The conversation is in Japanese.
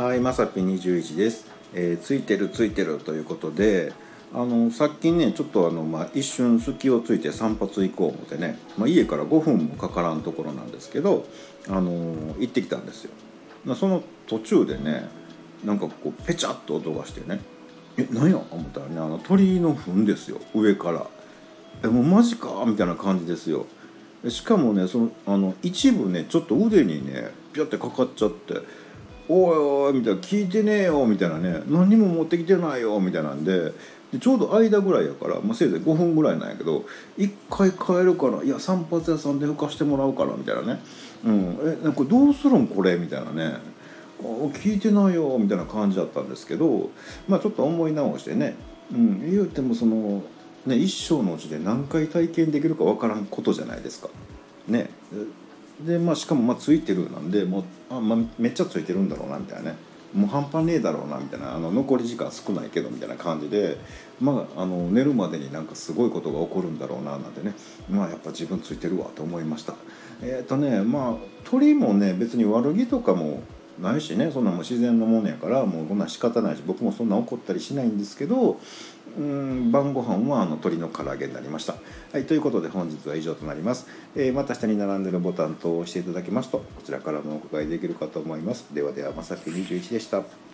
はい、まさぴ21です。ついてるということで、さっきねちょっと一瞬隙をついて散髪行こう思ってね、家から5分もかからんところなんですけど、行ってきたんですよ。その途中でね、なんかこうペチャッと音がしてね、何や思ったらね、鳥の糞ですよ、上から。もうマジかみたいな感じですよ。しかもね、一部ねちょっと腕にねピュってかかっちゃって、おいおいみたいな、聞いてねえよみたいなね、何にも持ってきてないよみたいなんで、ちょうど間ぐらいやから、せいぜい5分ぐらいなんやけど、一回帰るから、いや散髪屋さんで拭かしてもらうからみたいなね、これどうするんこれみたいなね、聞いてないよみたいな感じだったんですけど、ちょっと思い直してね、言うても一生のうちで何回体験できるかわからんことじゃないですかね。でしかもついてるなんで、もうめっちゃついてるんだろうなみたいなね、もう半端ねえだろうなみたいな、残り時間少ないけどみたいな感じで、寝るまでになんかすごいことが起こるんだろうななんてね、やっぱ自分ついてるわと思いました。鳥もね別に悪気とかもないしね、そんなもう自然のものやからもうこんなん仕方ないし、僕もそんな怒ったりしないんですけど、晩ご飯は鶏の唐揚げになりました。はい、ということで本日は以上となります。また下に並んでるボタンと押していただきますとこちらからもお伺いできるかと思います。ではでは、まさき21でした。